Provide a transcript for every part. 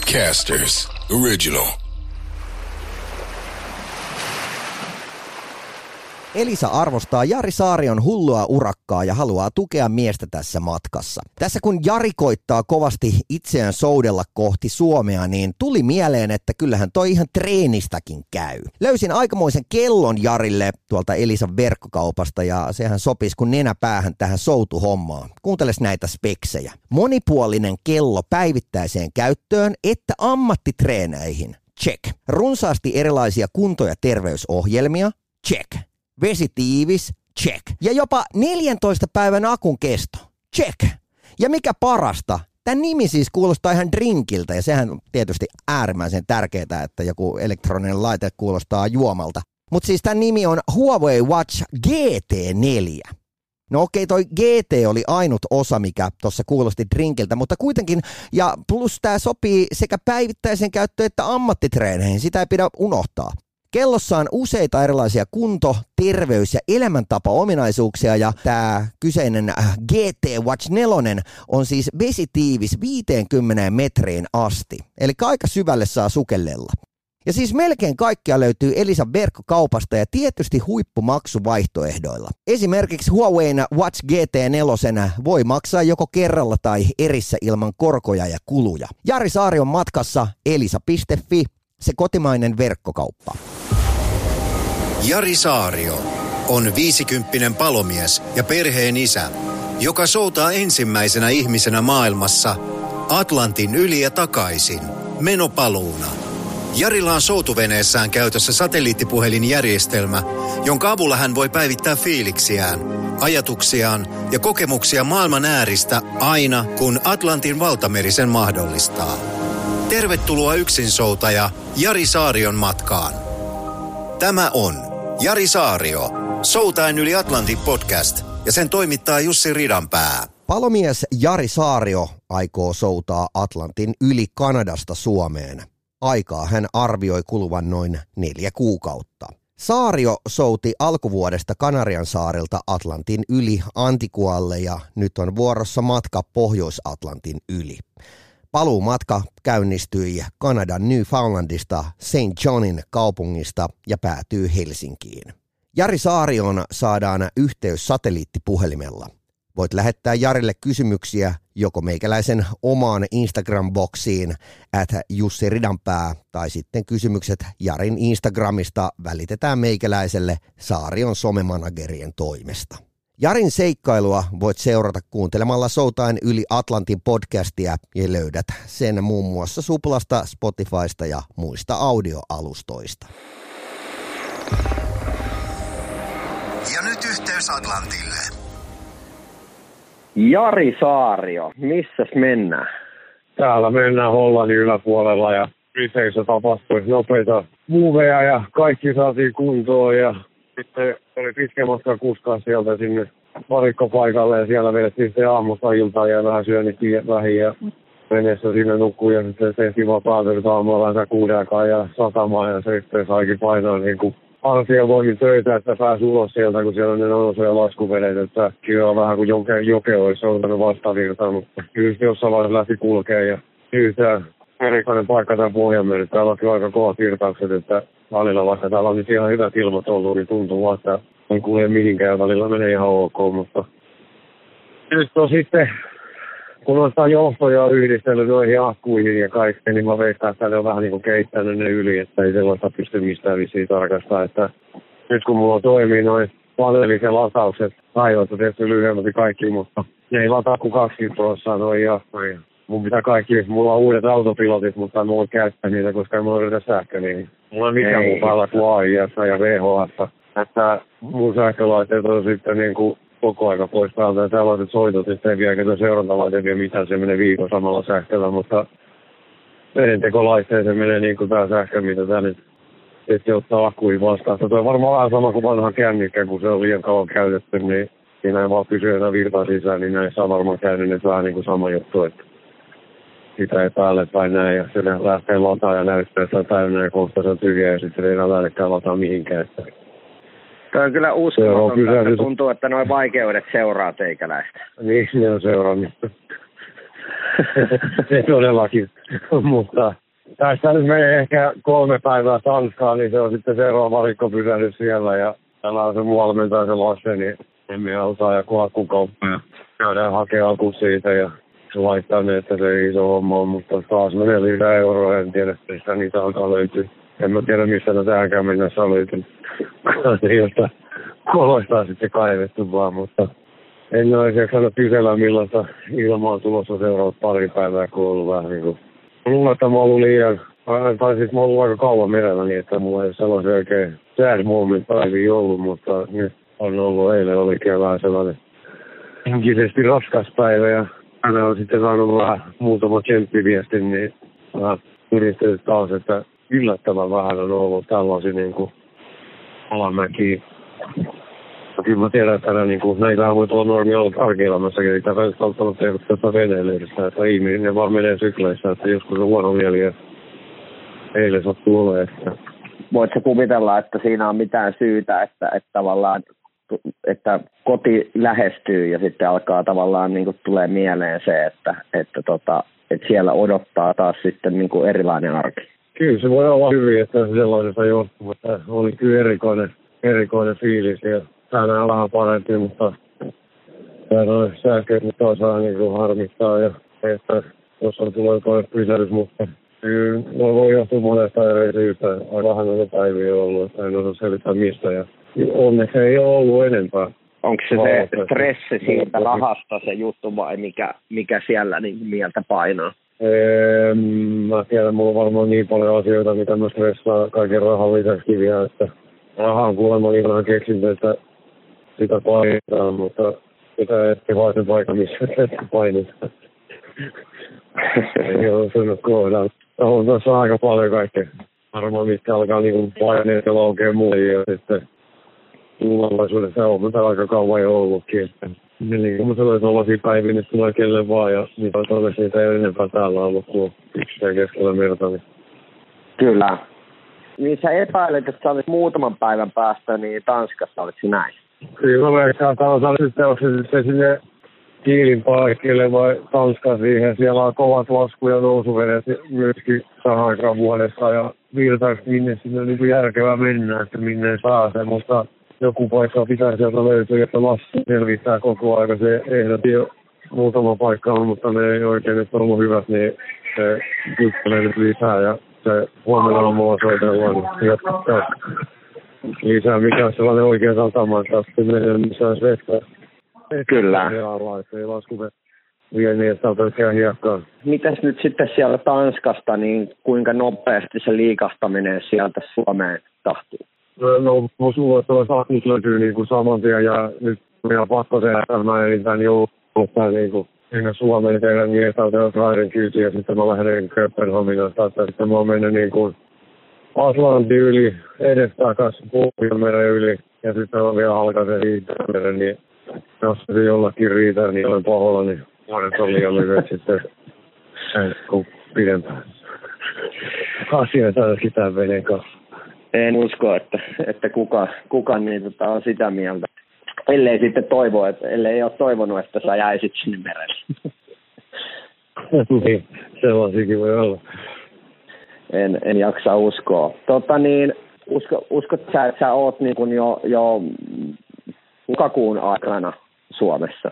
Podcasters Original. Elisa arvostaa Jari Saarion hullua urakkaa ja haluaa tukea miestä tässä matkassa. Tässä kun Jari koittaa kovasti itseään soudella kohti Suomea, niin tuli mieleen, että kyllähän toi ihan treenistäkin käy. Löysin aikamoisen kellon Jarille tuolta Elisan verkkokaupasta ja sehän sopisi kun nenäpäähän tähän soutuhommaan. Kuunteles näitä speksejä. Monipuolinen kello päivittäiseen käyttöön että ammattitreeneihin. Check. Runsaasti erilaisia kunto- ja terveysohjelmia. Check. Vesitiivis, check. Ja jopa 14 päivän akun kesto, check. Ja mikä parasta, tämän nimi siis kuulostaa ihan drinkiltä ja sehän on tietysti äärimmäisen tärkeää, että joku elektroninen laite kuulostaa juomalta. Mutta siis tämän nimi on Huawei Watch GT4. No okei, toi GT oli ainut osa, mikä tuossa kuulosti drinkiltä, mutta kuitenkin, ja plus tämä sopii sekä päivittäisen käyttöön että ammattitreeneihin, sitä ei pidä unohtaa. Kellossa on useita erilaisia kunto-, terveys- ja elämäntapa-ominaisuuksia ja tämä kyseinen GT Watch 4 on siis vesitiivis 50 metriin asti. Eli aika syvälle saa sukellella. Ja siis melkein kaikkia löytyy Elisan verkkokaupasta ja tietysti huippumaksuvaihtoehdoilla. Esimerkiksi Huawein Watch GT4 voi maksaa joko kerralla tai erissä ilman korkoja ja kuluja. Jari Saari on matkassa elisa.fi, se kotimainen verkkokauppa. Jari Saario on 50-vuotias palomies ja perheen isä, joka soutaa ensimmäisenä ihmisenä maailmassa Atlantin yli ja takaisin menopaluuna. Jarilla on soutuveneessään käytössä satelliittipuhelinjärjestelmä, jonka avulla hän voi päivittää fiiliksiään, ajatuksiaan ja kokemuksia maailman ääristä aina, kun Atlantin valtameri sen mahdollistaa. Tervetuloa yksinsoutaja Jari Saarion matkaan. Tämä on Jari Saario, Soutaen yli Atlantin podcast ja sen toimittaa Jussi Ridanpää. Palomies Jari Saario aikoo soutaa Atlantin yli Kanadasta Suomeen. Aikaa hän arvioi kuluvan noin 4 kuukautta. Saario souti alkuvuodesta Kanarian saarilta Atlantin yli Antigualle ja nyt on vuorossa matka Pohjois-Atlantin yli. Paluumatka käynnistyi Kanadan Newfoundlandista St. Johnin kaupungista ja päätyy Helsinkiin. Jari Saarioon saadaan yhteys satelliittipuhelimella. Voit lähettää Jarille kysymyksiä joko meikäläisen omaan Instagram-boksiin @Jussi Ridanpää tai sitten kysymykset Jarin Instagramista välitetään meikäläiselle Saarion somemanagerien toimesta. Jarin seikkailua voit seurata kuuntelemalla Soutain yli Atlantin podcastia ja löydät sen muun muassa Suplasta, Spotifysta ja muista audioalustoista. Ja nyt yhteys Atlantille. Jari Saario, missäs mennään? Täällä mennään Hollannin yläpuolella ja Briteissä tapahtui nopeita muuveja ja kaikki saatiin kuntoon ja sitten oli pitkä matka kuskaa sieltä sinne varikkopaikalle ja siellä vedettiin sitten aamusta iltaan ja vähän syönnittiin vähin ja veneessä sinne nukkuu ja sitten tehtiin vaan päätöstä aamulla vähän 6 aikaa ja satamaan ja se sitten saikin painaa niin kuin arsiavoimin töitä, että pääsi ulos sieltä, kun siellä on ne nousuja laskuvedet, että kyllä on vähän kuin joke olisi soutanut vastavirtaan, mutta kyllä jossain vaiheessa lähti kulkeen ja yhtään erikoinen paikka tämän Pohjanmeri. Täällä on aika kovat virtaukset, että välillä vaikka täällä on nyt ihan hyvät ilmat ollut, niin tuntuu vaan, että en kulje mihinkään ja välillä menee ihan ok, mutta nyt on sitten, kun on sitä johtoja yhdistellyt noihin akkuihin ja kaikkeen, niin mä veikkaan, että täällä on vähän niin kuin keittänyt ne yli, että ei sellaista pysty mistään vissiin tarkastaa, että nyt kun mulla toimii noin paneelisen lataukset, päivät on tehty lyhyemmät kaikki, mutta ne ei lataa kuin 20% noin jaksoja. Mun pitää kaikki, mulla on uudet autopilotit, mutta en voi käyttää niitä, koska en mulla yritä sähkö, niin mulla on mikään muu päällä kuin AIS ja VHS. Että mun sähkölaitteet on sitten niin kuin koko aika pois päältä ja tällaiset soitot, että ei vielä seurantalaite vie mitään, se menee viikon samalla sähköllä, mutta vedentekolaitteeseen menee niin kuin tää sähkö, mitä tää nyt sitten ottaa akkuihin vastaan. Tuo on varmaan vähän sama kuin vanha kännykkä, kun se on liian kauan käytetty, niin siinä ei vaan pysy enää virtaa sisään, niin näissä on varmaan käynyt nyt vähän niin kuin sama juttu, että sitä ei päälle päin näin ja se lähtee lataa ja näyttää, että se on täynnä ja kohta se on tyhjä ja sitten ei enää lähdekään lataa mihinkään. Tuo on kyllä uskomatonta, että tuntuu, että nuo vaikeudet seuraa teikäläistä. Niin, ne on seurannut. Se todellakin. Mutta tästä nyt menee ehkä 3 päivää Tanskaan, niin se on sitten seuraava varikkopysähdys siellä. Ja täällä on se valmentaja, se Lasse, niin emme autaa ja akkukauppa. Ja käydään hakea akut siitä ja se laittaa ne, että se ei iso homma on. Mutta taas menee lisää euroa, en tiedä, että niitä alkaa löytyä. En mä tiedä, missä ne tähänkään mennessä on löytynyt. Jostain koloista on sitten kaivettu vaan, mutta en ole jaksanut kysellä, millaista ilmaa on tulossa seuraavat pari päivää, kun on ollut vähän niin kuin... Luulen, että mä oon ollut liian... Tai siis mä oon ollut aika kauan merellä niin, että mulla ei sellaisia oikein säädmoomin ollut, mutta nyt on ollut, eilen oli kevään sellainen henkisesti raskas päivä ja aina on sitten saanut vähän muutama tsemppiviestin, niin vähän yrittänyt taas, että yllättävän vähän on ollut tällaisia niin kuin alamäkiä. Kyllä mä tiedän, että niin kuin, näitä voi tulla normia ollut arkielämässäkin, eli tämä välttämättä ei ole veneilyydessä, että ihminen vaan menee sykleissä, että joskus on huono mieli ja eilen sattuu olemaan. Voitko kuvitella, että siinä on mitään syytä, että tavallaan että koti lähestyy ja sitten alkaa tavallaan niin kuin tulee mieleen se, että siellä odottaa taas sitten niin kuin erilainen arki? Kyllä se voi olla hyvin, että sellaisesta johtuu, että oli kyllä erikoinen fiilis ja tänään vähän parempi, mutta noin sähköt nyt osaa niin harmittaa ja että tuossa tulee toinen pysähdys, mutta kyllä voi johtua monesta eri syystä. Vähän on päiviä ollut, että en osaa selittää mistä ja onneksi ei ole ollut enempää. Onko se stressi siitä rahasta se juttu vai mikä siellä niin mieltä painaa? Mä tiedän, mulla on varmaan niin paljon asioita, mitä mä stressaa kaiken rahan lisäksi vielä, että raha on kuulemma ihan keksintö, että sitä painetaan, mutta sitä ette vaan sen paikan, missä ette painetaan. Ei ole sanonut kohdalla. On tuossa aika paljon kaikkea. Varmaan mitkä alkaa niin paineet ja laukea muille ja sitten tulevaisuudessa on mitä aika kauan jo ollutkin. Niin kuin mä sanoin, tuollaisia päiviä nyt tulee kelle vaan ja niitä on todella siitä ei enempää täällä ollut kuin yksistään keskellä merta. Niin. Kyllä. Niin sä epäilet, että sä olit muutaman päivän päästä niin Tanskassa, oliko näin? Kyllä mä veikkaan, että onko se sitten sinne Kiilin paikkeelle vai Tanskaan siihen. Siellä on kovat lasku- ja nousuvedet myöskin samaan aikaan vuodessa ja virtaisi minne sinne on niin järkevää mennä, että minne ei pääse, mutta joku paikka pitää sieltä löytyä, että Lassi selvittää koko aika. Se ehdotti jo muutama paikka on, mutta ne ei oikein nyt ollut hyvät, niin se kyttelee nyt lisää ja se huomenna aamulla soitellaan, niin jatkaa lisää, mikä on sellainen oikea satama, että sitten menee missään vettä. Kyllä. Että ei lasku vie niin, että on pelkkää hiekkaa. Mitäs nyt sitten siellä Tanskasta, niin kuinka nopeasti se liikahtaminen sieltä Suomeen tahtuu? No, musta luulen, että akut löytyy niin kuin saman tien ja nyt minä pakko tehdä, että mä ehditään jouluttaa niin kuin sinne Suomeen tehdä niin, että otetaan raiden kyyti ja sitten mä lähden Kööpenhaminasta, että sitten mä oon mennyt niin kuin Atlantin yli, edestakas Pohjanmeren yli ja sitten on vielä halkaisen Itämeren, niin jos se jollakin riitä, niin olen pahoilla, niin vuodet on liian lyhyet sitten kuin pidempään. Asioita ainakin tämän veneen kanssa. En usko, että kuka niin, on sitä mieltä. Ellei sitten toivo, ellei ole toivonut, että sä jäisit sinne merelle. Niin, sellaisiakin voi olla. En jaksa uskoa. Uskot sä, että sä oot niin kuin jo lokakuun aikana Suomessa?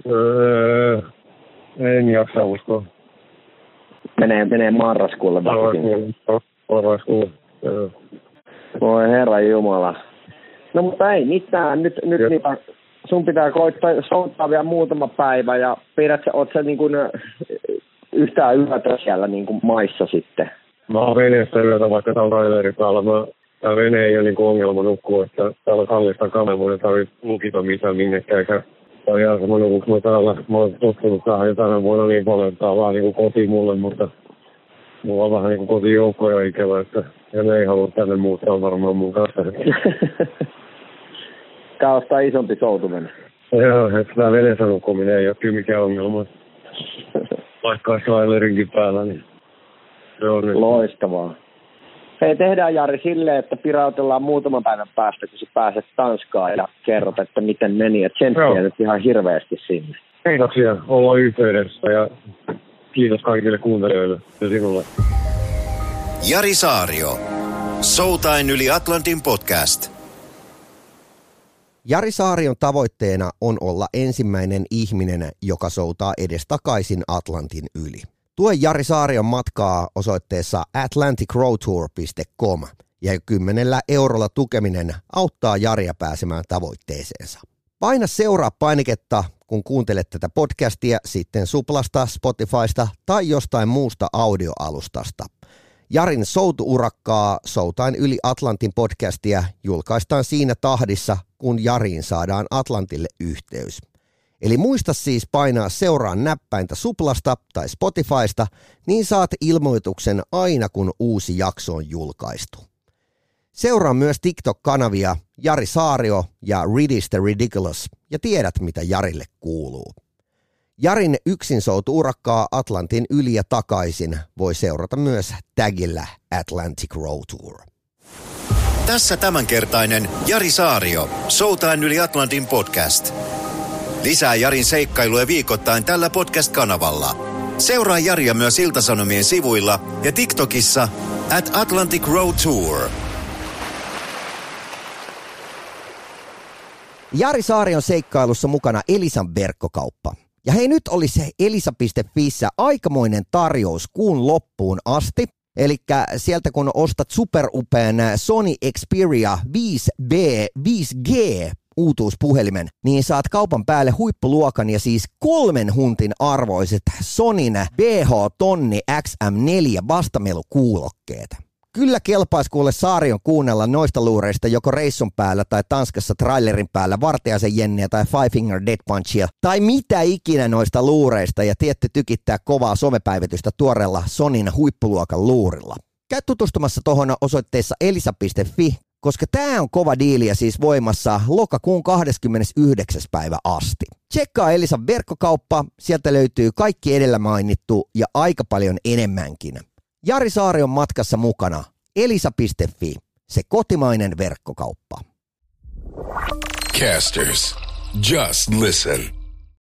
En jaksa uskoa. Menee marraskuulle. Marraskuulle, joo. Voi herra jumala. No mutta ei mitään. Nyt niitä, sun pitää soittaa vielä muutama päivä ja oot sä niin kuin yhtään yötä siellä niin kuin maissa sitten? Mä oon veneessä yötä, vaikka tää on traileri päällä. Tää vene ei ole niin kuin ongelma nukkua, että täällä on kallista kamea, mun ei tarvitse lukita mitään minnekään. Tää on ihan semmoinen, kun mä oon tottunut tähän ja tänä vuonna niin paljon, että tää on vähän niin kuin koti mulle, mutta mulla on vähän niin kuin kotijoukkoja ikävä, että ja ne ei halua tänne muuttaa varmaan mun kanssa. Tää ostaa isompi soutuminen. Joo, että tää veneessä nukkuminen ei ole kyllä mikään ongelma. Vaikka olisi trailerinkin päällä, niin se on nyt. Loistavaa. Hei, tehdään Jari silleen, että pirautellaan muutaman päivän päästä, kun sä pääset Tanskaan ja kerrot, että miten meni. Ja tsemppiä nyt ihan hirveästi sinne. Kiitoksia, ollaan yhteydessä ja kiitos kaikille kuuntelijoille ja sinulle. Jari Saario. Soutain yli Atlantin podcast. Jari Saarion tavoitteena on olla ensimmäinen ihminen, joka soutaa edestakaisin Atlantin yli. Tue Jari Saarion matkaa osoitteessa atlanticroadtour.com ja 10 eurolla tukeminen auttaa Jaria pääsemään tavoitteeseensa. Paina seuraa painiketta, kun kuuntelet tätä podcastia sitten Suplasta, Spotifysta tai jostain muusta audioalustasta. Jarin soutuurakkaa Soutain yli Atlantin podcastia julkaistaan siinä tahdissa, kun Jariin saadaan Atlantille yhteys. Eli muista siis painaa seuraan näppäintä Suplasta tai Spotifysta, niin saat ilmoituksen aina kun uusi jakso on julkaistu. Seuraa myös TikTok-kanavia Jari Saario ja Ridis the Ridiculous ja tiedät mitä Jarille kuuluu. Jarin yksinsoutu-urakkaa Atlantin yli ja takaisin voi seurata myös tagillä Atlantic Road Tour. Tässä tämänkertainen Jari Saario, Soutain yli Atlantin podcast. Lisää Jarin seikkailuja viikoittain tällä podcast-kanavalla. Seuraa Jaria myös Ilta-Sanomien sivuilla ja TikTokissa @Atlantic Road Tour. Jari Saarion seikkailussa mukana Elisan verkkokauppa. Ja hei, nyt olisi elisa.fissä aikamoinen tarjous kuun loppuun asti. Eli sieltä kun ostat superupean Sony Xperia 5B 5G uutuuspuhelimen, niin saat kaupan päälle huippuluokan ja siis 3 huntin arvoiset Sonyn BH-tonni XM4 vastamelukuulokkeet. Kyllä kelpaisi kuule Saarion kuunnella noista luureista joko reissun päällä tai Tanskassa trailerin päällä Vartiaisen Jenniä tai Five Finger Dead Punchia tai mitä ikinä noista luureista ja tiedätte tykittää kovaa somepäivitystä tuoreella Sonyn huippuluokan luurilla. Käy tutustumassa tohon osoitteessa elisa.fi, koska tää on kova diili ja siis voimassa lokakuun 29. päivä asti. Tsekkaa Elisan verkkokauppa, sieltä löytyy kaikki edellä mainittu ja aika paljon enemmänkin. Jari Saarion matkassa mukana elisa.fi, se kotimainen verkkokauppa. Casters, just listen.